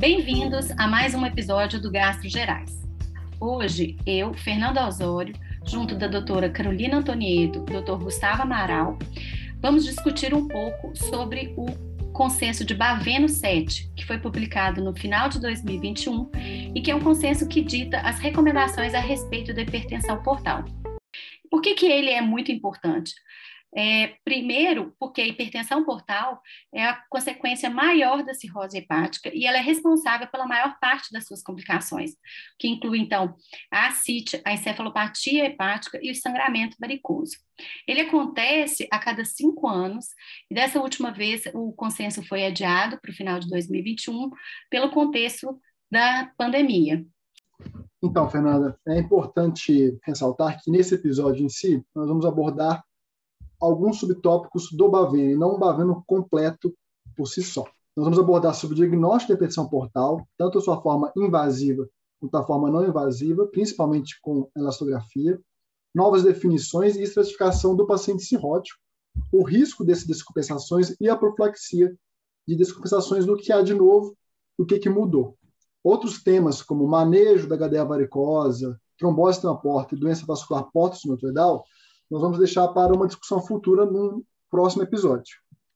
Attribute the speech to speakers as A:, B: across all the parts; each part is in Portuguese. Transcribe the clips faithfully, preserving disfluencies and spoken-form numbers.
A: Bem-vindos a mais um episódio do Gastro Gerais. Hoje, eu, Fernanda Osório, junto da doutora Carolina Antonieto, doutor Gustavo Amaral, vamos discutir um pouco sobre o consenso de Baveno sete, que foi publicado no final de dois mil e vinte e um e que é um consenso que dita as recomendações a respeito da hipertensão portal. Por que que ele é muito importante? É, primeiro, porque a hipertensão portal é a consequência maior da cirrose hepática e ela é responsável pela maior parte das suas complicações, que inclui, então, a ascite, a encefalopatia hepática e o sangramento varicoso. Ele acontece a cada cinco anos e dessa última vez o consenso foi adiado para o final de dois mil e vinte e um pelo contexto da pandemia.
B: Então, Fernanda, é importante ressaltar que nesse episódio em si, nós vamos abordar alguns subtópicos do Baveno, e não um Baveno completo por si só. Nós vamos abordar sobre o diagnóstico da hipertensão portal, tanto a sua forma invasiva quanto a forma não invasiva, principalmente com elastografia, novas definições e estratificação do paciente cirrótico, o risco dessas descompensações e a profilaxia de descompensações do que há de novo, o que, que mudou. Outros temas, como manejo da H D A varicosa, trombose na porta e doença vascular porto-sinovial, nós vamos deixar para uma discussão futura num próximo episódio.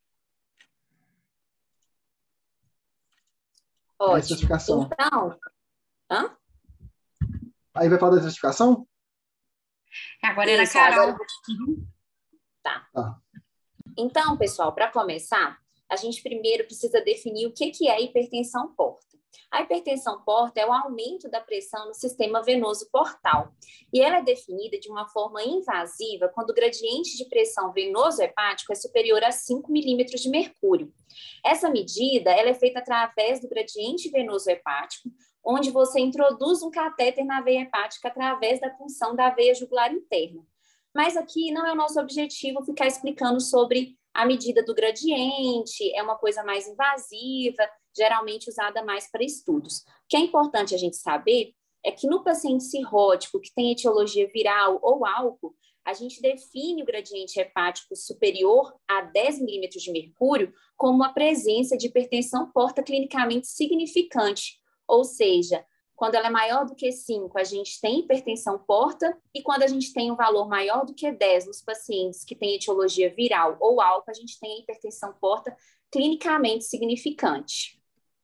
C: Ótimo.
B: A estratificação.
C: Então, hã?
B: Aí vai falar da estratificação?
A: Agora era a
C: Isso,
A: Carol.
C: agora- Tá.
B: Tá.
C: Então, pessoal, para começar, a gente primeiro precisa definir o que que é hipertensão porta. A hipertensão porta é o aumento da pressão no sistema venoso portal. E ela é definida de uma forma invasiva quando o gradiente de pressão venoso-hepático é superior a cinco milímetros de mercúrio. Essa medida ela é feita através do gradiente venoso-hepático, onde você introduz um catéter na veia hepática através da punção da veia jugular interna. Mas aqui não é o nosso objetivo ficar explicando sobre a medida do gradiente, é uma coisa mais invasiva, geralmente usada mais para estudos. O que é importante a gente saber é que no paciente cirrótico que tem etiologia viral ou álcool, a gente define o gradiente hepático superior a dez milímetros de mercúrio como a presença de hipertensão porta clinicamente significante, ou seja, quando ela é maior do que cinco, a gente tem hipertensão porta, e quando a gente tem um valor maior do que dez nos pacientes que têm etiologia viral ou álcool, a gente tem a hipertensão porta clinicamente significante.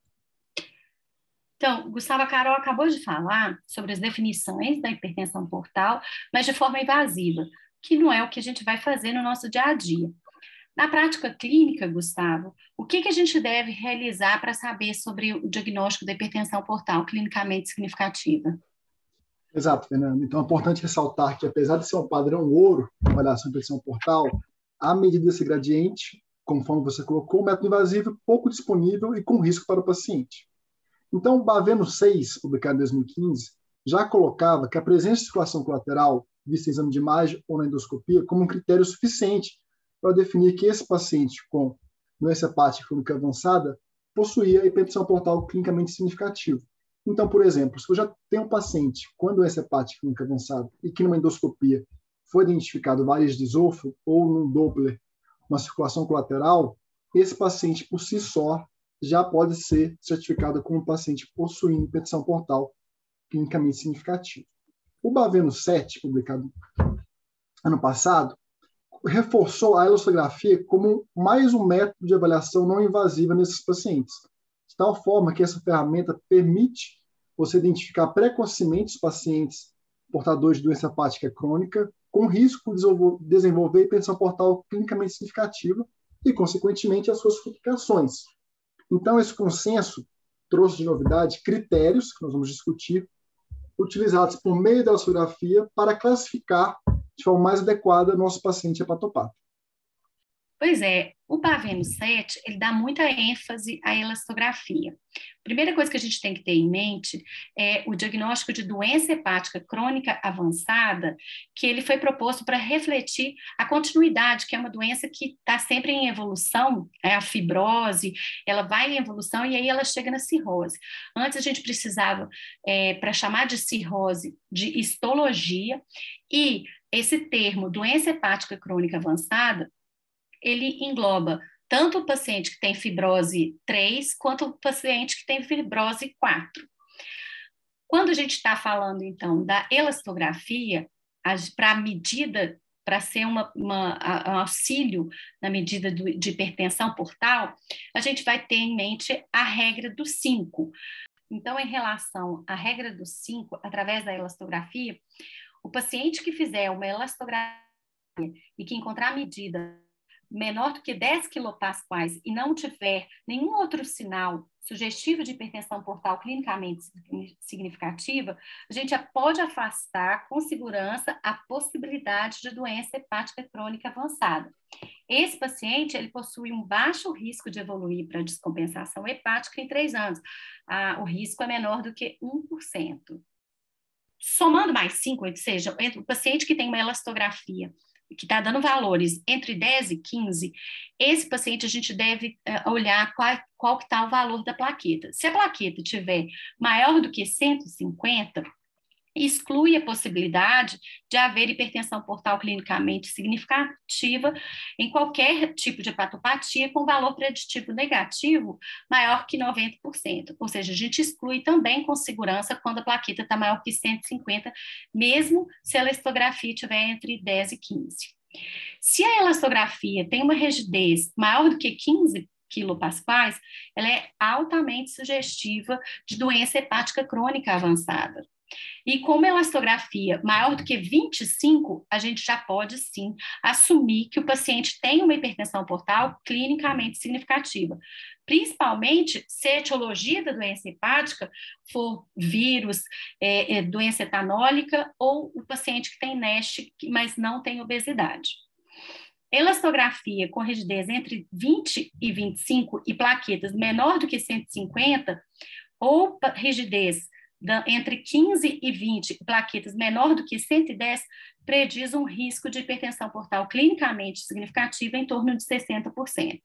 A: Então, Gustavo, a Carol acabou de falar sobre as definições da hipertensão portal, mas de forma invasiva, que não é o que a gente vai fazer no nosso dia a dia. Na prática clínica, Gustavo, o que, que a gente deve realizar para saber sobre o diagnóstico da hipertensão portal clinicamente significativa?
B: Exato, Fernando. Então é importante ressaltar que, apesar de ser um padrão ouro na avaliação de hipertensão portal, a medida desse gradiente, conforme você colocou, o método invasivo é pouco disponível e com risco para o paciente. Então, o Baveno seis, publicado em dois mil e quinze, já colocava que a presença de circulação colateral, vista em exame de imagem ou na endoscopia, como um critério suficiente para definir que esse paciente com doença hepática crônica avançada possuía hipertensão portal clinicamente significativa. Então, por exemplo, se eu já tenho um paciente com doença hepática crônica avançada e que numa endoscopia foi identificado varizes de esôfago ou num Doppler uma circulação colateral, esse paciente por si só já pode ser certificado como um paciente possuindo hipertensão portal clinicamente significativa. O Baveno sete, publicado ano passado, reforçou a elastografia como mais um método de avaliação não invasiva nesses pacientes, de tal forma que essa ferramenta permite você identificar precocemente os pacientes portadores de doença hepática crônica com risco de desenvolver hipertensão portal clinicamente significativa e, consequentemente, as suas complicações. Então, esse consenso trouxe de novidade critérios, que nós vamos discutir, utilizados por meio da elastografia para classificar de forma mais adequada nosso paciente hepatopata.
A: Pois é, o Baveno sete, ele dá muita ênfase à elastografia. A primeira coisa que a gente tem que ter em mente é o diagnóstico de doença hepática crônica avançada, que ele foi proposto para refletir a continuidade, que é uma doença que está sempre em evolução, é a fibrose, ela vai em evolução e aí ela chega na cirrose. Antes a gente precisava, é, para chamar de cirrose, de histologia, e esse termo, doença hepática crônica avançada, ele engloba tanto o paciente que tem fibrose três, quanto o paciente que tem fibrose quatro. Quando a gente está falando, então, da elastografia, para a medida, para ser uma, uma, um auxílio na medida do, de hipertensão portal, a gente vai ter em mente a regra dos cinco. Então, em relação à regra dos cinco, através da elastografia, o paciente que fizer uma elastografia e que encontrar a medida menor do que dez quilopascais e não tiver nenhum outro sinal sugestivo de hipertensão portal clinicamente significativa, a gente já pode afastar com segurança a possibilidade de doença hepática crônica avançada. Esse paciente, ele possui um baixo risco de evoluir para descompensação hepática em três anos. Ah, o risco é menor do que um por cento. Somando mais cinco, ou seja, entre o paciente que tem uma elastografia que está dando valores entre dez e quinze, esse paciente a gente deve uh, olhar qual, qual que está o valor da plaqueta. Se a plaqueta tiver maior do que cento e cinquenta, exclui a possibilidade de haver hipertensão portal clinicamente significativa em qualquer tipo de hepatopatia com valor preditivo negativo maior que noventa por cento. Ou seja, a gente exclui também com segurança quando a plaqueta está maior que cento e cinquenta, mesmo se a elastografia estiver entre dez e quinze. Se a elastografia tem uma rigidez maior do que quinze quilopascais, ela é altamente sugestiva de doença hepática crônica avançada. E com uma elastografia maior do que vinte e cinco, a gente já pode, sim, assumir que o paciente tem uma hipertensão portal clinicamente significativa, principalmente se a etiologia da doença hepática for vírus, é, é, doença etanólica ou o paciente que tem NASH, mas não tem obesidade. Elastografia com rigidez entre vinte e vinte e cinco e plaquetas menor do que cento e cinquenta, ou rigidez entre quinze e vinte, plaquetas menor do que cento e dez, prediz um risco de hipertensão portal clinicamente significativa em torno de sessenta por cento.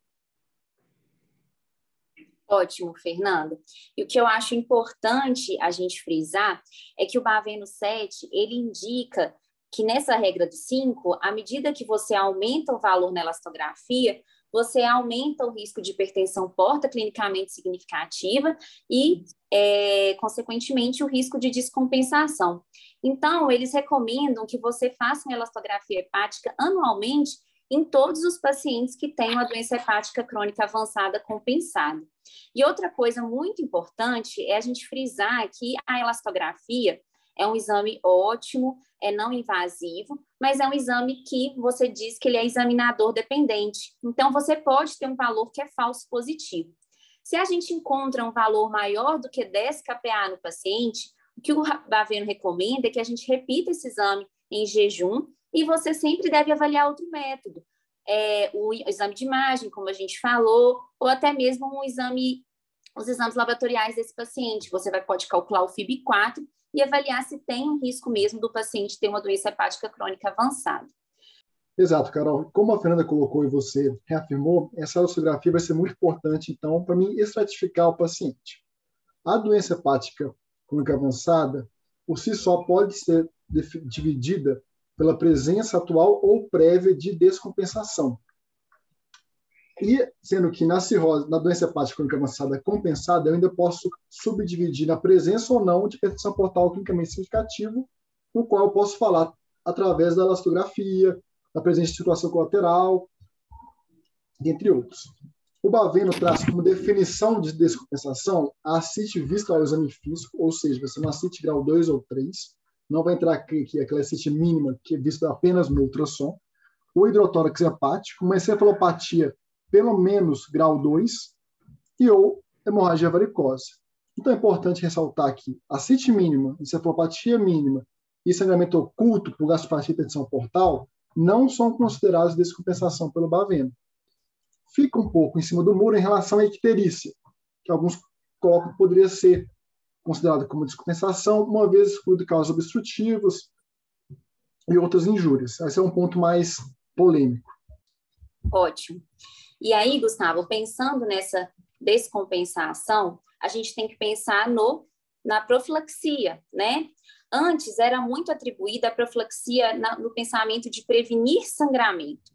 C: Ótimo, Fernanda. E o que eu acho importante a gente frisar é que o Baveno sete, ele indica que nessa regra dos cinco, à medida que você aumenta o valor na elastografia, você aumenta o risco de hipertensão porta clinicamente significativa e, é, consequentemente, o risco de descompensação. Então, eles recomendam que você faça uma elastografia hepática anualmente em todos os pacientes que têm uma doença hepática crônica avançada compensada. E outra coisa muito importante é a gente frisar que a elastografia é um exame ótimo, é não invasivo, mas é um exame que você diz que ele é examinador dependente. Então, você pode ter um valor que é falso positivo. Se a gente encontra um valor maior do que dez K P A no paciente, o que o Baveno recomenda é que a gente repita esse exame em jejum e você sempre deve avaliar outro método. É, o exame de imagem, como a gente falou, ou até mesmo um exame, os exames laboratoriais desse paciente. Você vai, pode calcular o F I B quatro e avaliar se tem um risco mesmo do paciente ter uma doença hepática crônica avançada.
B: Exato, Carol. Como a Fernanda colocou e você reafirmou, essa elastografia vai ser muito importante, então, para mim, estratificar o paciente. A doença hepática crônica avançada, por si só, pode ser dividida pela presença atual ou prévia de descompensação. E, sendo que na cirrose, na doença hepática crônica avançada compensada, eu ainda posso subdividir na presença ou não de hipertensão portal clinicamente significativo, no qual eu posso falar através da elastografia, da presença de situação colateral, entre outros. O Baveno traz como definição de descompensação a ascite vista ao exame físico, ou seja, você não ascite grau dois ou três, não vai entrar aqui, aqui aquela ascite mínima, que é vista apenas no ultrassom, o hidrotórax hepático, uma encefalopatia pelo menos grau dois, e ou hemorragia varicosa. Então é importante ressaltar que a ascite mínima, encefalopatia mínima e sangramento oculto por gastropatia e hipertensão portal não são considerados descompensação pelo Baveno. Fica um pouco em cima do muro em relação à icterícia, que alguns colocam que poderia ser considerado como descompensação, uma vez excluído causas obstrutivas e outras injúrias. Esse é um ponto mais polêmico.
C: Ótimo. E aí, Gustavo, pensando nessa descompensação, a gente tem que pensar no, na profilaxia, né? Antes era muito atribuída a profilaxia na, no pensamento de prevenir sangramento.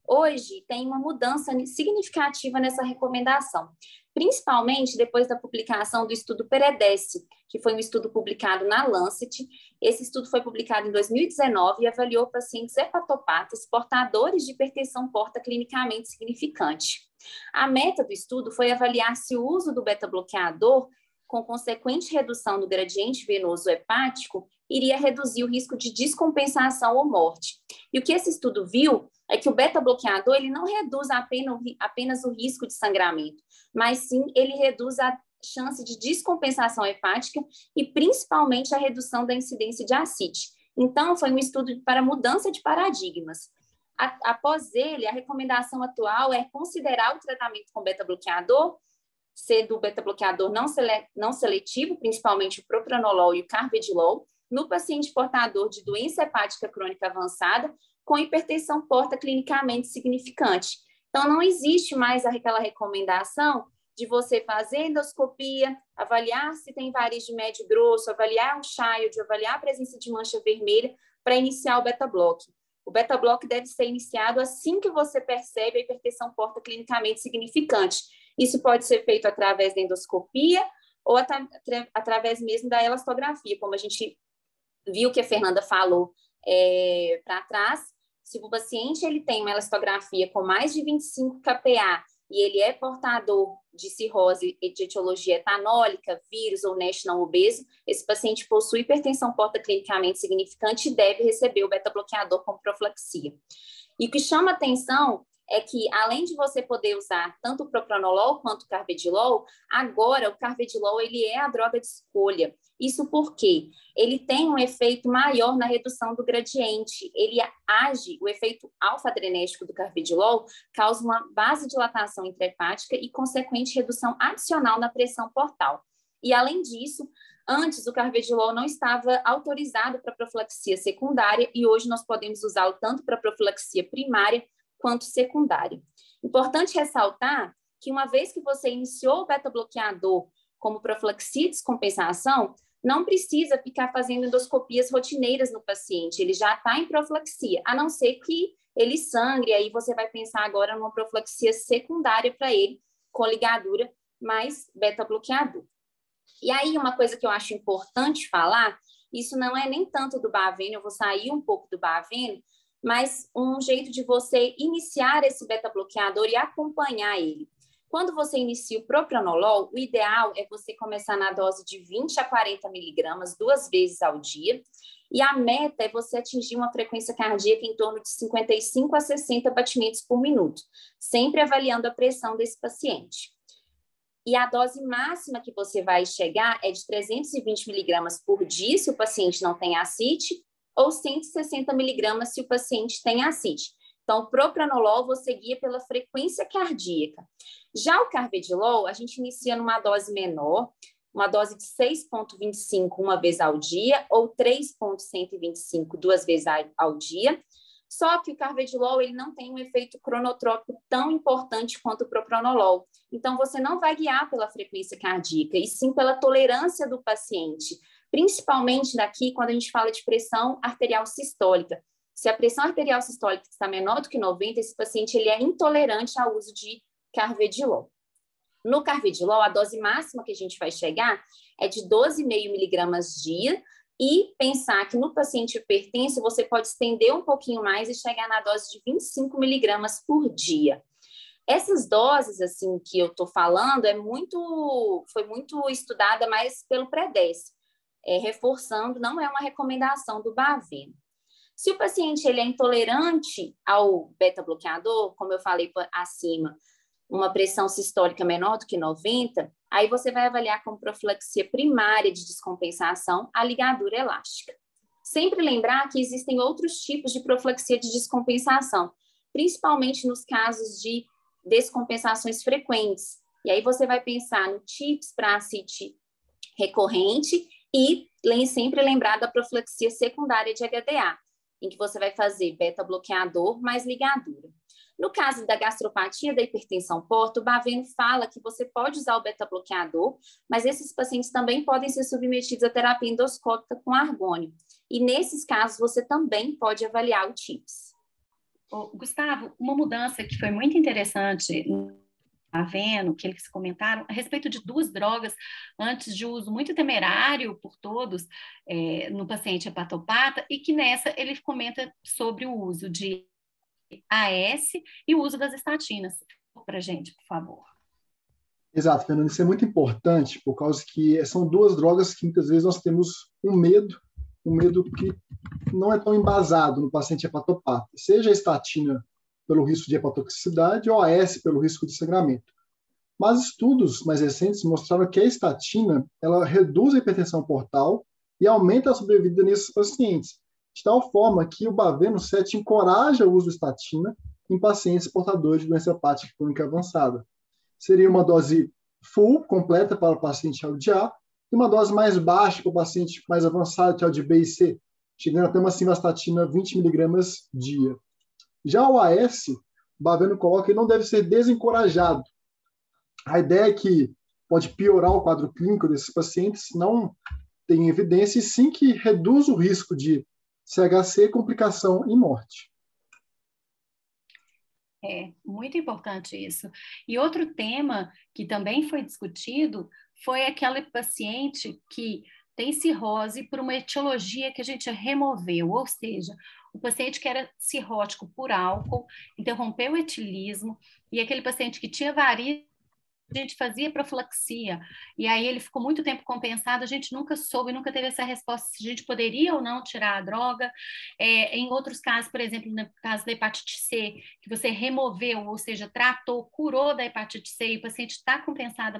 C: Hoje tem uma mudança significativa nessa recomendação, principalmente depois da publicação do estudo PEREDESE, que foi um estudo publicado na Lancet. Esse estudo foi publicado em dois mil e dezenove e avaliou pacientes hepatopatas portadores de hipertensão porta clinicamente significante. A meta do estudo foi avaliar se o uso do beta-bloqueador, com consequente redução do gradiente venoso hepático, iria reduzir o risco de descompensação ou morte. E o que esse estudo viu é que o beta-bloqueador ele não reduz apenas, apenas o risco de sangramento, mas sim ele reduz a chance de descompensação hepática e principalmente a redução da incidência de ascite. Então, foi um estudo para mudança de paradigmas. A, após ele, a recomendação atual é considerar o tratamento com beta-bloqueador, sendo o beta-bloqueador não, sele, não seletivo, principalmente o propranolol e o carvedilol, no paciente portador de doença hepática crônica avançada com hipertensão porta clinicamente significante. Então, não existe mais aquela recomendação de você fazer endoscopia, avaliar se tem variz de médio e grosso, avaliar o child, avaliar a presença de mancha vermelha para iniciar o beta-bloque. O beta-bloque deve ser iniciado assim que você percebe a hipertensão porta clinicamente significante. Isso pode ser feito através da endoscopia ou at através mesmo da elastografia, como a gente viu que a Fernanda falou é, para trás. Se o paciente ele tem uma elastografia com mais de vinte e cinco K P A e ele é portador de cirrose de etiologia etanólica, vírus ou NASH não obeso, esse paciente possui hipertensão porta clinicamente significante e deve receber o beta-bloqueador com profilaxia. E o que chama atenção é que, além de você poder usar tanto o propranolol quanto o carvedilol, agora o carvedilol ele é a droga de escolha. Isso porque ele tem um efeito maior na redução do gradiente. Ele age, o efeito alfa-adrenérgico do carvedilol causa uma vasodilatação intrahepática e consequente redução adicional na pressão portal. E, além disso, antes o carvedilol não estava autorizado para profilaxia secundária e hoje nós podemos usá-lo tanto para profilaxia primária quanto secundária. Importante ressaltar que uma vez que você iniciou o beta-bloqueador como profilaxia e descompensação, não precisa ficar fazendo endoscopias rotineiras no paciente, ele já está em profilaxia, a não ser que ele sangre, aí você vai pensar agora numa profilaxia secundária para ele, com ligadura mais beta-bloqueador. E aí, uma coisa que eu acho importante falar, isso não é nem tanto do Baveno, eu vou sair um pouco do Baveno, mas um jeito de você iniciar esse beta-bloqueador e acompanhar ele. Quando você inicia o propranolol, o ideal é você começar na dose de vinte a quarenta miligramas duas vezes ao dia, e a meta é você atingir uma frequência cardíaca em torno de cinquenta e cinco a sessenta batimentos por minuto, sempre avaliando a pressão desse paciente. E a dose máxima que você vai chegar é de trezentos e vinte miligramas por dia, se o paciente não tem ascite, ou cento e sessenta miligramas se o paciente tem ascite. Então, o propranolol você guia pela frequência cardíaca. Já o carvedilol, a gente inicia numa dose menor, uma dose de seis vírgula vinte e cinco uma vez ao dia, ou três vírgula cento e vinte e cinco duas vezes ao dia. Só que o carvedilol ele não tem um efeito cronotrópico tão importante quanto o propranolol. Então, você não vai guiar pela frequência cardíaca, e sim pela tolerância do paciente. Principalmente daqui, quando a gente fala de pressão arterial sistólica. Se a pressão arterial sistólica está menor do que noventa, esse paciente ele é intolerante ao uso de carvedilol. No carvedilol, a dose máxima que a gente vai chegar é de doze vírgula cinco miligramas dia, e pensar que no paciente hipertenso você pode estender um pouquinho mais e chegar na dose de vinte e cinco miligramas por dia. Essas doses, assim, que eu estou falando, é muito, foi muito estudada mais pelo PEREDESE, é, reforçando, não é uma recomendação do Baveno. Se o paciente ele é intolerante ao beta-bloqueador, como eu falei acima, uma pressão sistólica menor do que noventa, aí você vai avaliar como profilaxia primária de descompensação a ligadura elástica. Sempre lembrar que existem outros tipos de profilaxia de descompensação, principalmente nos casos de descompensações frequentes. E aí você vai pensar no T I P S para ascite recorrente e sempre lembrar da profilaxia secundária de H D A, em que você vai fazer beta-bloqueador mais ligadura. No caso da gastropatia da hipertensão porta, o Baveno fala que você pode usar o beta-bloqueador, mas esses pacientes também podem ser submetidos à terapia endoscópica com argônio. E nesses casos, você também pode avaliar o T I P S.
A: Ô, Gustavo, uma mudança que foi muito interessante, tá vendo, que eles comentaram, a respeito de duas drogas antes de uso muito temerário por todos é, no paciente hepatopata, e que nessa ele comenta sobre o uso de A S e o uso das estatinas. Para a gente, por favor.
B: Exato, Fernando, isso é muito importante, por causa que são duas drogas que muitas vezes nós temos um medo, um medo que não é tão embasado no paciente hepatopata, seja a estatina pelo risco de hepatotoxicidade ou a AS pelo risco de sangramento. Mas estudos mais recentes mostraram que a estatina ela reduz a hipertensão portal e aumenta a sobrevida nesses pacientes, de tal forma que o Baveno sete encoraja o uso de estatina em pacientes portadores de doença hepática crônica avançada. Seria uma dose full, completa para o paciente T L D A, e uma dose mais baixa para o paciente mais avançado, T L D B e C, chegando até uma simvastatina vinte miligramas dia. Já o A S, o Baveno coloca que não deve ser desencorajado. A ideia é que pode piorar o quadro clínico desses pacientes, não tem evidência, e sim que reduz o risco de C H C, complicação e morte.
A: É muito importante isso. E outro tema que também foi discutido foi aquele paciente que tem cirrose por uma etiologia que a gente removeu, ou seja, o paciente que era cirrótico por álcool, interrompeu o etilismo, e aquele paciente que tinha varizes, a gente fazia profilaxia, e aí ele ficou muito tempo compensado, a gente nunca soube, nunca teve essa resposta se a gente poderia ou não tirar a droga. É, em outros casos, por exemplo, no caso da hepatite C, que você removeu, ou seja, tratou, curou da hepatite C e o paciente está compensado.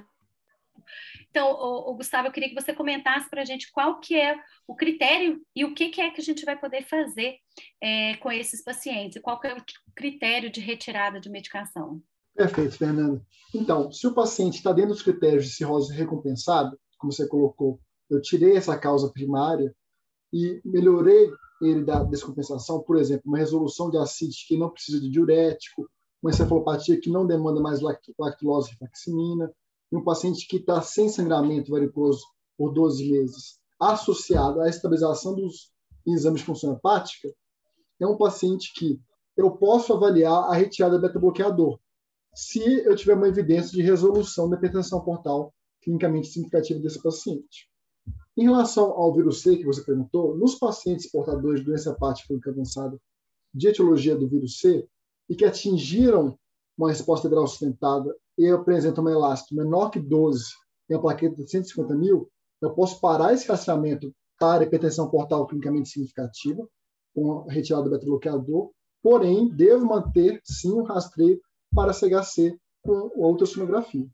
A: Então, o, o Gustavo, eu queria que você comentasse para a gente qual que é o critério e o que, que é que a gente vai poder fazer é, com esses pacientes, e qual que é o critério de retirada de medicação.
B: Perfeito, Fernanda. Então, se o paciente está dentro dos critérios de cirrose recompensada, como você colocou, eu tirei essa causa primária e melhorei ele da descompensação, por exemplo, uma resolução de ascite que não precisa de diurético, uma encefalopatia que não demanda mais lactulose e rifaximina, e um paciente que está sem sangramento varicoso por doze meses, associado à estabilização dos exames de função hepática, é um paciente que eu posso avaliar a retirada beta-bloqueador, se eu tiver uma evidência de resolução da hipertensão portal clinicamente significativa desse paciente. Em relação ao vírus C, que você perguntou, nos pacientes portadores de doença hepática crônica avançada de etiologia do vírus C e que atingiram uma resposta viral sustentada e apresentam uma elástico menor que doze e uma plaqueta de cento e cinquenta mil, eu posso parar esse rastreamento para hipertensão portal clinicamente significativa, com a retirada do beta-bloqueador, porém, devo manter, sim, um rastreio para C H C com ultrassonografia.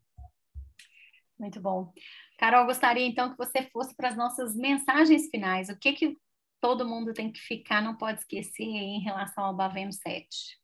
A: Muito bom. Carol, gostaria então que você fosse para as nossas mensagens finais. O que que todo mundo tem que ficar, não pode esquecer em relação ao Baveno sete?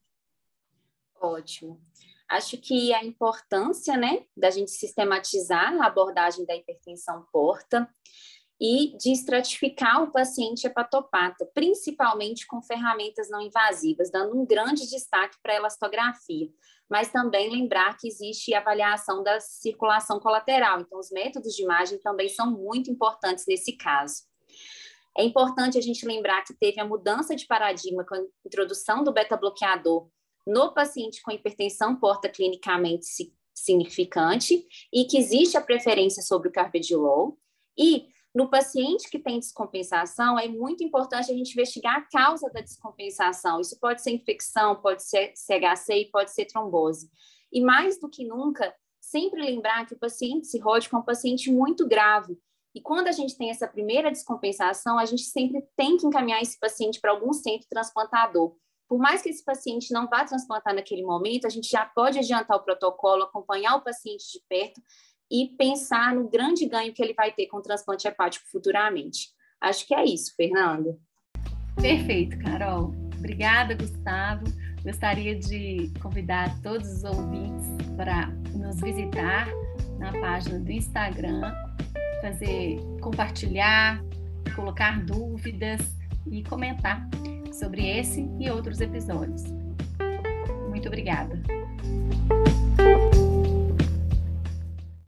C: Ótimo. Acho que a importância, né, da gente sistematizar a abordagem da hipertensão porta e de estratificar o paciente hepatopata, principalmente com ferramentas não invasivas, dando um grande destaque para a elastografia, mas também lembrar que existe avaliação da circulação colateral, então os métodos de imagem também são muito importantes nesse caso. É importante a gente lembrar que teve a mudança de paradigma com a introdução do beta-bloqueador no paciente com hipertensão porta clinicamente significante e que existe a preferência sobre o carvedilol. E no paciente que tem descompensação, é muito importante a gente investigar a causa da descompensação. Isso pode ser infecção, pode ser C H C e pode ser trombose. E mais do que nunca, sempre lembrar que o paciente cirrótico é um paciente muito grave. E quando a gente tem essa primeira descompensação, a gente sempre tem que encaminhar esse paciente para algum centro transplantador. Por mais que esse paciente não vá transplantar naquele momento, a gente já pode adiantar o protocolo, acompanhar o paciente de perto e pensar no grande ganho que ele vai ter com o transplante hepático futuramente. Acho que é isso, Fernanda.
A: Perfeito, Carol. Obrigada, Gustavo. Gostaria de convidar todos os ouvintes para nos visitar na página do Instagram, fazer, compartilhar, colocar dúvidas e comentar sobre esse e outros episódios. Muito obrigada.